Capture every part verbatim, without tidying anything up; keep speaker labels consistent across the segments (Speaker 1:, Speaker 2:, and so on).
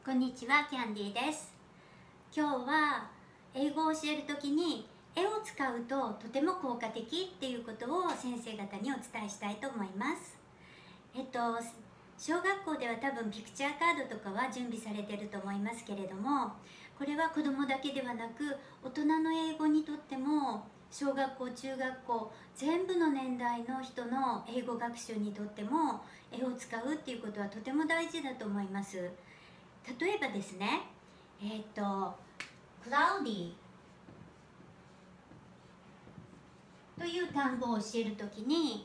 Speaker 1: こんにちは、キャンディーです。今日は英語を教えるときに絵を使うととても効果的っていうことを先生方にお伝えしたいと思います。えっと小学校では多分ピクチャーカードとかは準備されてると思いますけれども、これは子どもだけではなく大人の英語にとっても小学校、中学校全部の年代の人の英語学習にとっても絵を使うっていうことはとても大事だと思います。例えばですね、えっとクラウディという単語を教えるときに、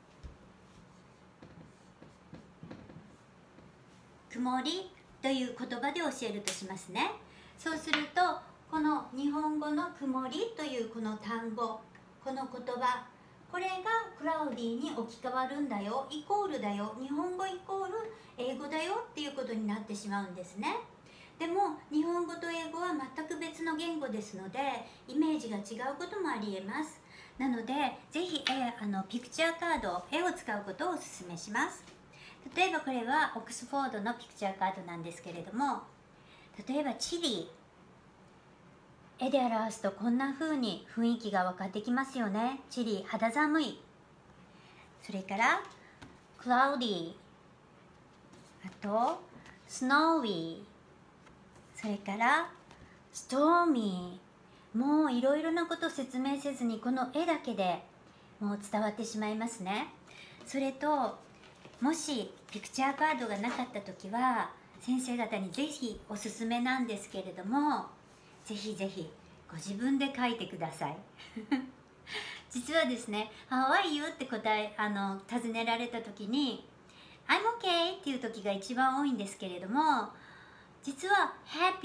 Speaker 1: 曇りという言葉で教えるとしますね。そうするとこの日本語の曇りというこの単語、この言葉、これがクラウディに置き換わるんだよ、イコールだよ、日本語イコール英語だよっていうことになってしまうんですね。でも日本語と英語は全く別の言語ですので、イメージが違うこともありえます。なのでぜひ、えー、あのピクチャーカード、絵を使うことをお勧めします。例えばこれはオックスフォードのピクチャーカードなんですけれども、例えばチリ、絵で表すとこんな風に雰囲気が分かってきますよね。チリ、肌寒い。それからクラウディ、あとスノーウィー、それからストーミー。もういろいろなことを説明せずにこの絵だけでもう伝わってしまいますね。それともしピクチャーカードがなかった時は先生方にぜひおすすめなんですけれども、ぜひぜひご自分で書いてください実はですね、How are you? って答えあの尋ねられた時に I'm okay っていう時が一番多いんですけれども、実は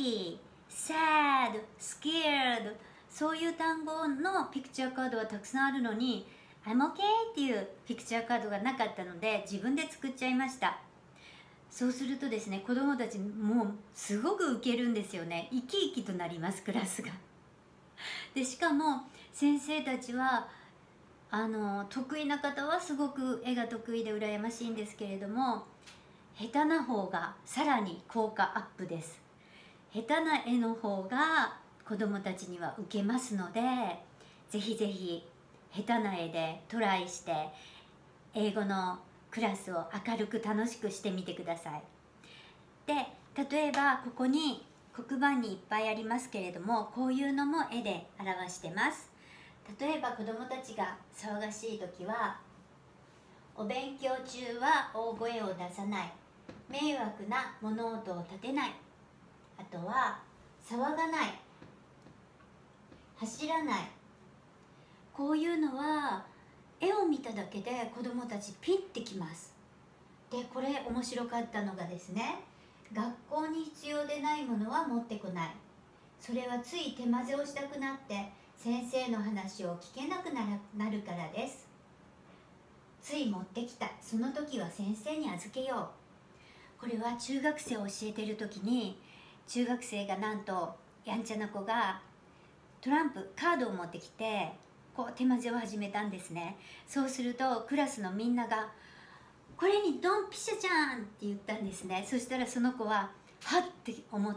Speaker 1: Happy、Sad、Scared、そういう単語のピクチャーカードはたくさんあるのに I'm okay っていうピクチャーカードがなかったので自分で作っちゃいました。そうするとですね、子どもたちもうすごくウケるんですよね。生き生きとなります、クラスが。でしかも先生たちはあの得意な方はすごく絵が得意で羨ましいんですけれども、下手な方がさらに効果アップです。下手な絵の方が子どもたちには受けますので、ぜひぜひ下手な絵でトライして英語のクラスを明るく楽しくしてみてください。で、例えばここに黒板にいっぱいありますけれども、こういうのも絵で表してます。例えば子どもたちが騒がしい時は、お勉強中は大声を出さない、迷惑な物音を立てない、あとは騒がない、走らない、こういうのは絵を見ただけで子どもたちピンってきます。で、これ面白かったのがですね、学校に必要でないものは持ってこない、それはつい手混ぜをしたくなって先生の話を聞けなくなるからです。つい持ってきた、その時は先生に預けよう。これは中学生を教えてる時に、中学生がなんとやんちゃな子がトランプカードを持ってきてこう手混ぜを始めたんですね。そうするとクラスのみんながこれにドンピシャじゃんって言ったんですね。そしたらその子ははって思って、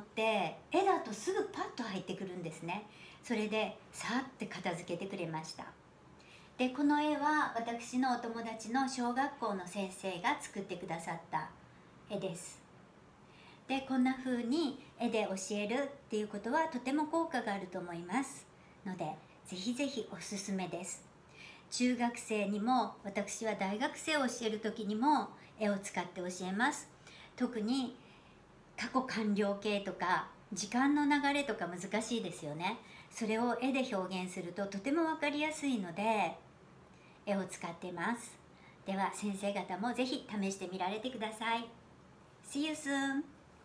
Speaker 1: 絵だとすぐパッと入ってくるんですね。それでさって片付けてくれました。で、この絵は私のお友達の小学校の先生が作ってくださった絵です。で、こんな風に絵で教えるっていうことはとても効果があると思いますので、ぜひぜひおすすめです。中学生にも、私は大学生を教える時にも絵を使って教えます。特に過去完了形とか時間の流れとか難しいですよね。それを絵で表現するととても分かりやすいので絵を使っています。では先生方もぜひ試してみられてください。 See you soon。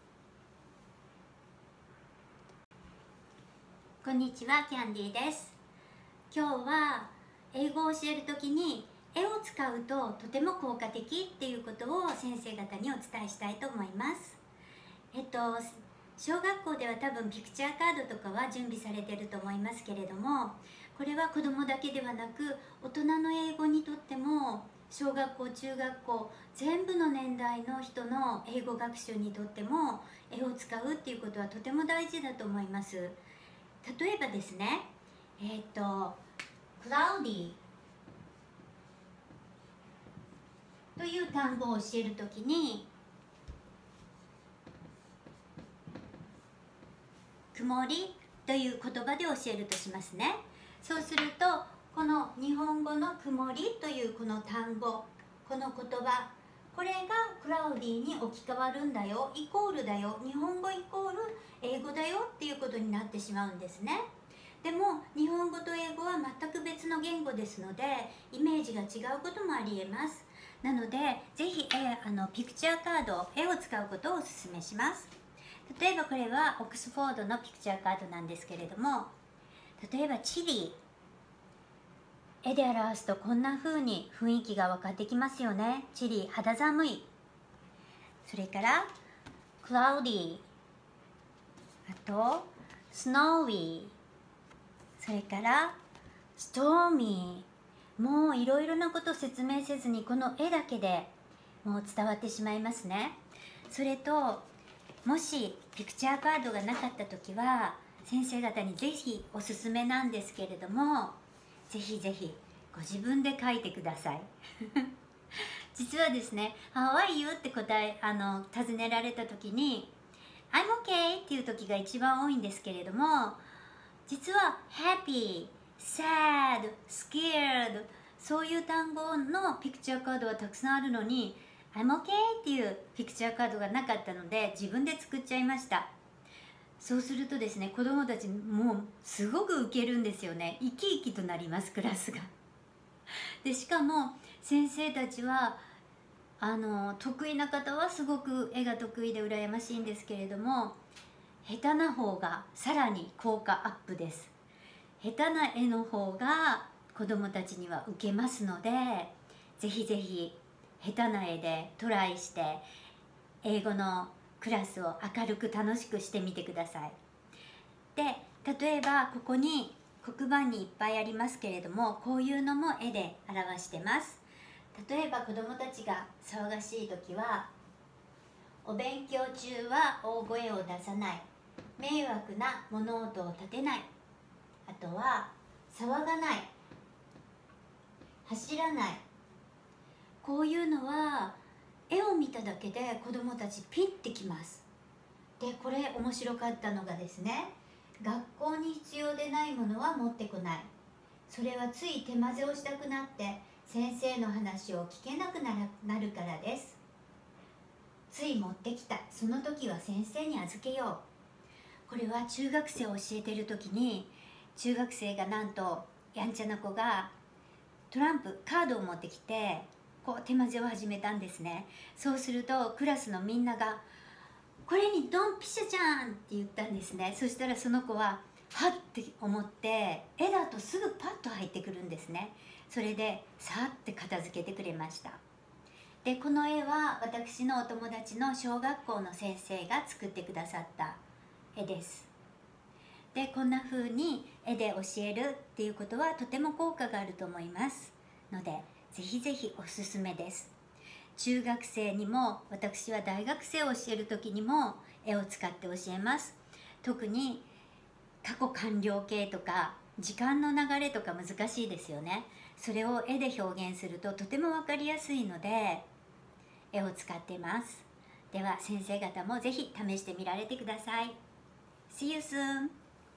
Speaker 1: こんにちは、キャンディーです。今日は英語を教えるときに絵を使うととても効果的っていうことを先生方にお伝えしたいと思います。えっと小学校では多分ピクチャーカードとかは準備されていると思いますけれども、これは子どもだけではなく大人の英語にとっても小学校中学校全部の年代の人の英語学習にとっても絵を使うっていうことはとても大事だと思います。例えばですね、えっとクラウディという単語を教えるときに、曇りという言葉で教えるとしますね。そうするとこの日本語の曇りというこの単語、この言葉、これがクラウディに置き換わるんだよ、イコールだよ、日本語イコール英語だよっていうことになってしまうんですね。でも日本語と英語は全く別の言語ですので、イメージが違うこともありえます。なのでぜひ、えー、あのピクチャーカード、絵を使うことをお勧めします。例えばこれはオックスフォードのピクチャーカードなんですけれども、例えばチリ、絵で表すとこんな風に雰囲気が分かってきますよね。チリ、肌寒い。それからクラウディ、あとスノーウィー、それからストーミー。もういろいろなことを説明せずにこの絵だけでもう伝わってしまいますね。それともしピクチャーカードがなかった時は先生方にぜひおすすめなんですけれども、ぜひぜひご自分で書いてください実はですね、How are you? って答えあの尋ねられた時に I'm okay っていう時が一番多いんですけれども、実は Happy、Sad、Scared、そういう単語のピクチャーカードはたくさんあるのに I'm okay っていうピクチャーカードがなかったので自分で作っちゃいました。そうするとですね、子どもたちもうすごくウケるんですよね。生き生きとなります、クラスが。でしかも先生たちはあの得意な方はすごく絵が得意で羨ましいんですけれども、下手な方がさらに効果アップです。下手な絵の方が子どもたちには受けますので、ぜひぜひ下手な絵でトライして英語のクラスを明るく楽しくしてみてください。で、例えばここに黒板にいっぱいありますけれども、こういうのも絵で表してます。例えば子どもたちが騒がしい時は、お勉強中は大声を出さない、迷惑な物音を立てない、あとは騒がない、走らない、こういうのは絵を見ただけで子どもたちピンってきます。で、これ面白かったのがですね、学校に必要でないものは持ってこない、それはつい手混ぜをしたくなって先生の話を聞けなくなるからです。つい持ってきた、その時は先生に預けよう。これは中学生を教えてる時に、中学生がなんとやんちゃな子がトランプカードを持ってきてこう手混ぜを始めたんですね。そうするとクラスのみんながこれにドンピシャじゃんって言ったんですね。そしたらその子ははって思って、絵だとすぐパッと入ってくるんですね。それでさって片付けてくれました。で、この絵は私のお友達の小学校の先生が作ってくださった絵です。で、こんな風に絵で教えるっていうことはとても効果があると思いますので、ぜひぜひおすすめです。中学生にも、私は大学生を教える時にも絵を使って教えます。特に過去完了形とか時間の流れとか難しいですよね。それを絵で表現するととても分かりやすいので絵を使っています。では先生方もぜひ試してみられてください。See you soon!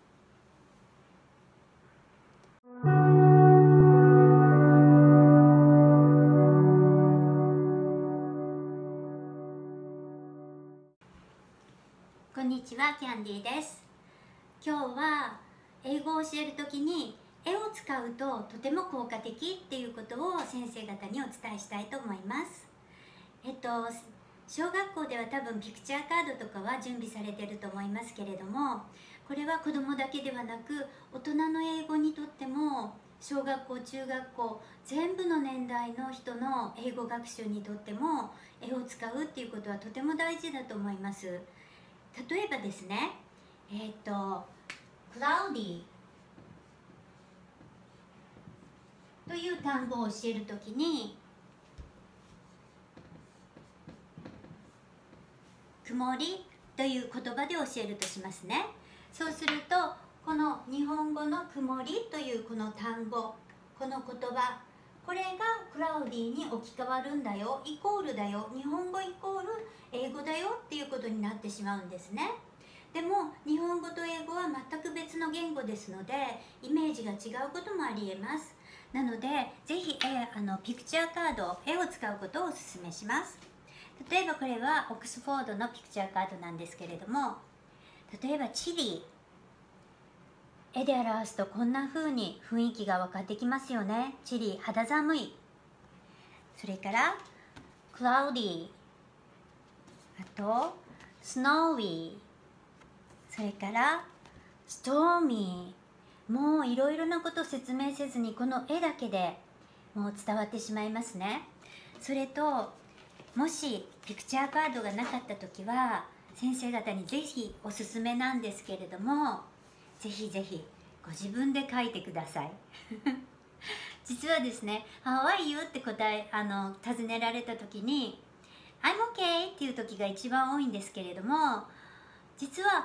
Speaker 1: こんにちは、キャンディーです。今日は英語を教えるときに絵を使うととても効果的っていうことを先生方にお伝えしたいと思います。えっと小学校では多分ピクチャーカードとかは準備されていると思いますけれども、これは子どもだけではなく大人の英語にとっても、小学校中学校全部の年代の人の英語学習にとっても絵を使うっていうことはとても大事だと思います。例えばですね、えっとクラウディという単語を教えるときに、 曇りという言葉で教えるとしますね。そうするとこの日本語の曇りというこの単語、この言葉、これがクラウディに置き換わるんだよ、イコールだよ、日本語イコール英語だよっていうことになってしまうんですね。でも日本語と英語は全く別の言語ですので、イメージが違うこともありえます。なのでぜひ、えー、あのピクチャーカード、絵を使うことをお勧めします。例えばこれはオックスフォードのピクチャーカードなんですけれども、例えばチリ、絵で表すとこんな風に雰囲気が分かってきますよね。チリ、肌寒い。それからクラウディ、あとスノーウィー、それからストーミー。もういろいろなことを説明せずにこの絵だけでもう伝わってしまいますね。それともしピクチャーカードがなかった時は先生方にぜひおすすめなんですけれども、ぜひぜひご自分で書いてください実はですね「How are you?」って答えあの尋ねられた時に「I'm okay」っていう時が一番多いんですけれども、実は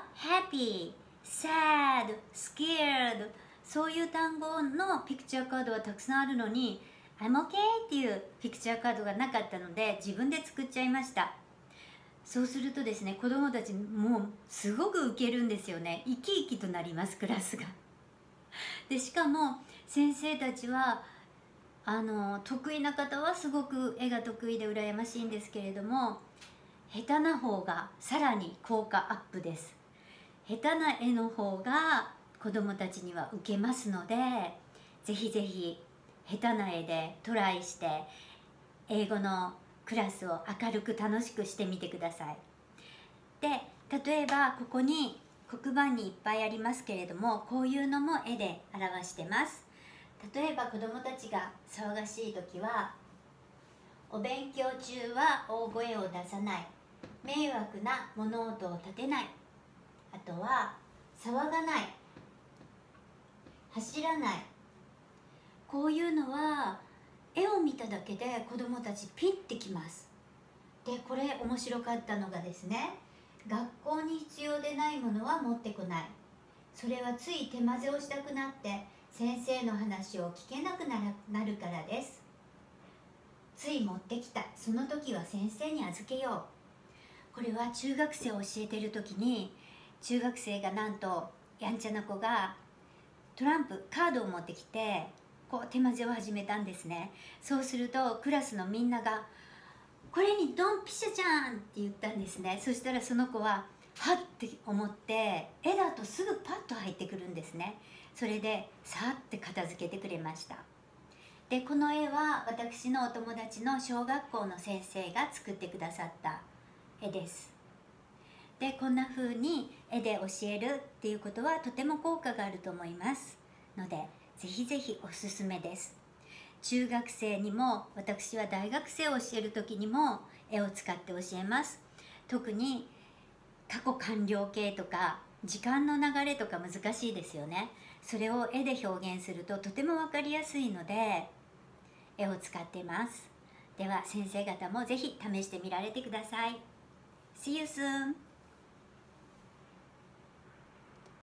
Speaker 1: 「happy」sad, scared そういう単語のピクチャーカードはたくさんあるのに I'm okay っていうピクチャーカードがなかったので自分で作っちゃいました。そうするとですね、子どもたちもうすごくウケるんですよね。生き生きとなります、クラスが。でしかも先生たちはあの得意な方はすごく絵が得意で羨ましいんですけれども、下手な方がさらに効果アップです。下手な絵の方が子どもたちには受けますので、ぜひぜひ下手な絵でトライして英語のクラスを明るく楽しくしてみてください。で、例えばここに黒板にいっぱいありますけれども、こういうのも絵で表してます。例えば子どもたちが騒がしい時は、お勉強中は大声を出さない、迷惑な物音を立てない、あとは騒がない、走らない、こういうのは絵を見ただけで子どもたちピンってきます。でこれ面白かったのがですね、学校に必要でないものは持ってこない、それはつい手混ぜをしたくなって先生の話を聞けなくなるからです。つい持ってきた、その時は先生に預けよう。これは中学生を教えてる時に、中学生がなんとやんちゃな子がトランプカードを持ってきてこう手混ぜを始めたんですね。そうするとクラスのみんなが「これにドンピシャじゃん!」って言ったんですね。そしたらその子ははって思って絵だとすぐパッと入ってくるんですね。それでさって片付けてくれました。でこの絵は私のお友達の小学校の先生が作ってくださった絵です。でこんな風に絵で教えるっていうことはとても効果があると思いますので、ぜひぜひおすすめです。中学生にも、私は大学生を教える時にも絵を使って教えます。特に過去完了形とか時間の流れとか難しいですよね。それを絵で表現するととても分かりやすいので絵を使っています。では先生方もぜひ試してみられてください。See you soon!